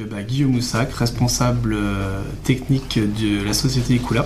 Guillaume Moussac, responsable technique de la société Ecoula.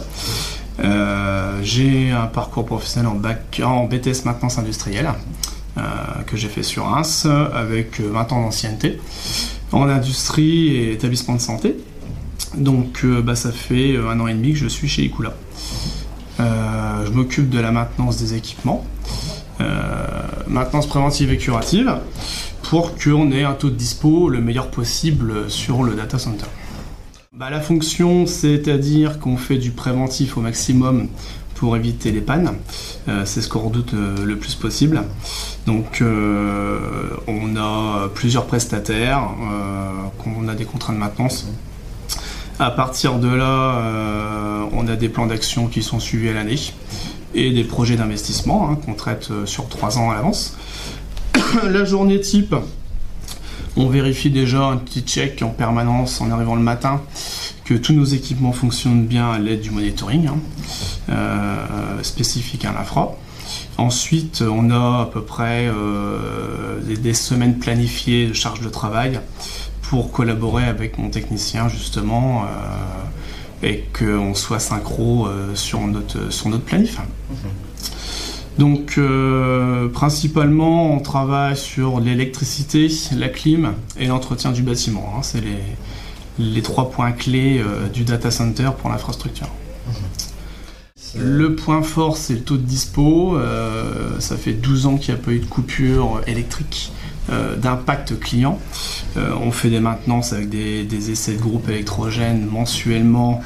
J'ai un parcours professionnel en BTS maintenance industrielle que j'ai fait sur Reims avec 20 ans d'ancienneté en industrie et établissement de santé. Donc ça fait 1 an et demi que je suis chez Ecoula. Je m'occupe de la maintenance des équipements, maintenance préventive et curative, pour qu'on ait un taux de dispo le meilleur possible sur le data center. La fonction, c'est-à-dire qu'on fait du préventif au maximum pour éviter les pannes. C'est ce qu'on redoute le plus possible. Donc on a plusieurs prestataires, on a des contrats de maintenance. À partir de là, on a des plans d'action qui sont suivis à l'année et des projets d'investissement qu'on traite sur 3 ans à l'avance. La journée type, on vérifie déjà un petit check en permanence en arrivant le matin que tous nos équipements fonctionnent bien à l'aide du monitoring spécifique à l'infra. Ensuite, on a à peu près des semaines planifiées de charge de travail pour collaborer avec mon technicien justement et qu'on soit synchro sur notre planif. Donc principalement on travaille sur l'électricité, la clim et l'entretien du bâtiment. C'est les 3 points clés du data center pour l'infrastructure. Le point fort, c'est le taux de dispo. Ça fait 12 ans qu'il n'y a pas eu de coupure électrique d'impact client. On fait des maintenances avec des essais de groupe électrogènes mensuellement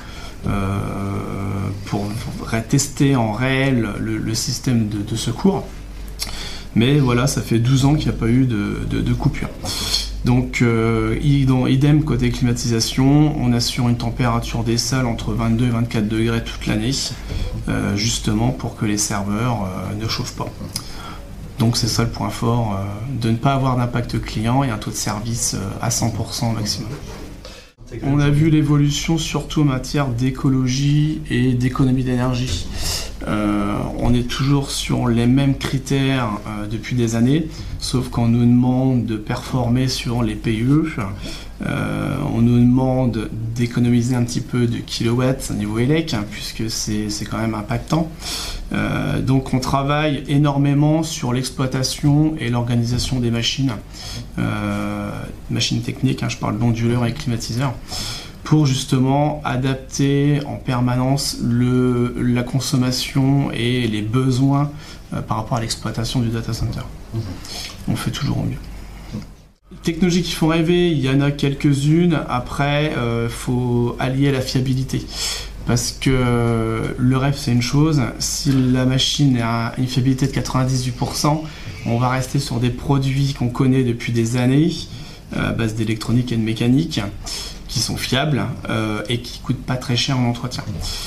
pour tester en réel le système de secours. Mais voilà, ça fait 12 ans qu'il n'y a pas eu de coupure. Donc idem côté climatisation, on assure une température des salles entre 22 et 24 degrés toute l'année, justement pour que les serveurs ne chauffent pas. Donc c'est ça le point fort, de ne pas avoir d'impact client et un taux de service à 100% au maximum. On a vu l'évolution surtout en matière d'écologie et d'économie d'énergie. On est toujours sur les mêmes critères depuis des années, sauf qu'on nous demande de performer sur les PUE. On nous demande d'économiser un petit peu de kilowatts au niveau élec, puisque c'est quand même impactant. Donc on travaille énormément sur l'exploitation et l'organisation des machines, machines techniques, je parle d'onduleurs et climatiseurs, pour justement adapter en permanence la consommation et les besoins par rapport à l'exploitation du data center. On fait toujours au mieux. Technologies qui font rêver, il y en a quelques-unes. Après, faut allier la fiabilité. Parce que le rêve, c'est une chose. Si la machine a une fiabilité de 98%, on va rester sur des produits qu'on connaît depuis des années, à base d'électronique et de mécanique, qui sont fiables et qui coûtent pas très cher en entretien.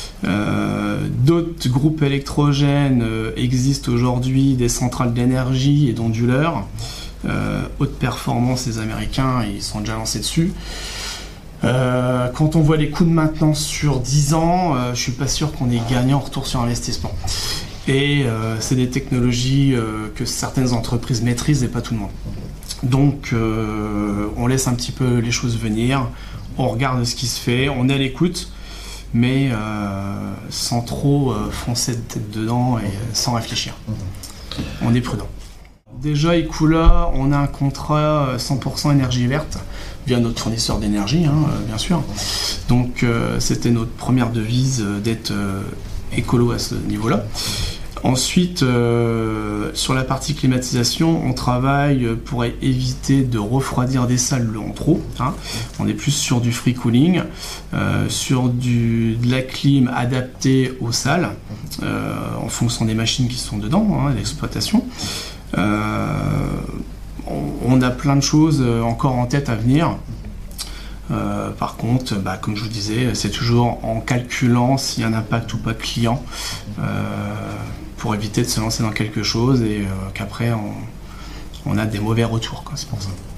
D'autres groupes électrogènes existent aujourd'hui, des centrales d'énergie et d'onduleurs. Haute performance, les Américains, ils sont déjà lancés dessus. Quand on voit les coûts de maintenance sur 10 ans, je suis pas sûr qu'on ait gagné en retour sur investissement. Et c'est des technologies que certaines entreprises maîtrisent et pas tout le monde. Donc on laisse un petit peu les choses venir, on regarde ce qui se fait, on est à l'écoute, mais sans trop foncer de tête dedans et sans réfléchir. On est prudent. Déjà, Ecoula, on a un contrat 100% énergie verte via notre fournisseur d'énergie, bien sûr. Donc, c'était notre première devise d'être écolo à ce niveau-là. Ensuite, sur la partie climatisation, on travaille pour éviter de refroidir des salles en trop. On est plus sur du free cooling, sur de la clim adaptée aux salles, en fonction des machines qui sont dedans, l'exploitation. On a plein de choses encore en tête à venir. Par contre, comme je vous disais, c'est toujours en calculant s'il y a un impact ou pas client pour éviter de se lancer dans quelque chose et qu'après on a des mauvais retours, c'est pour ça.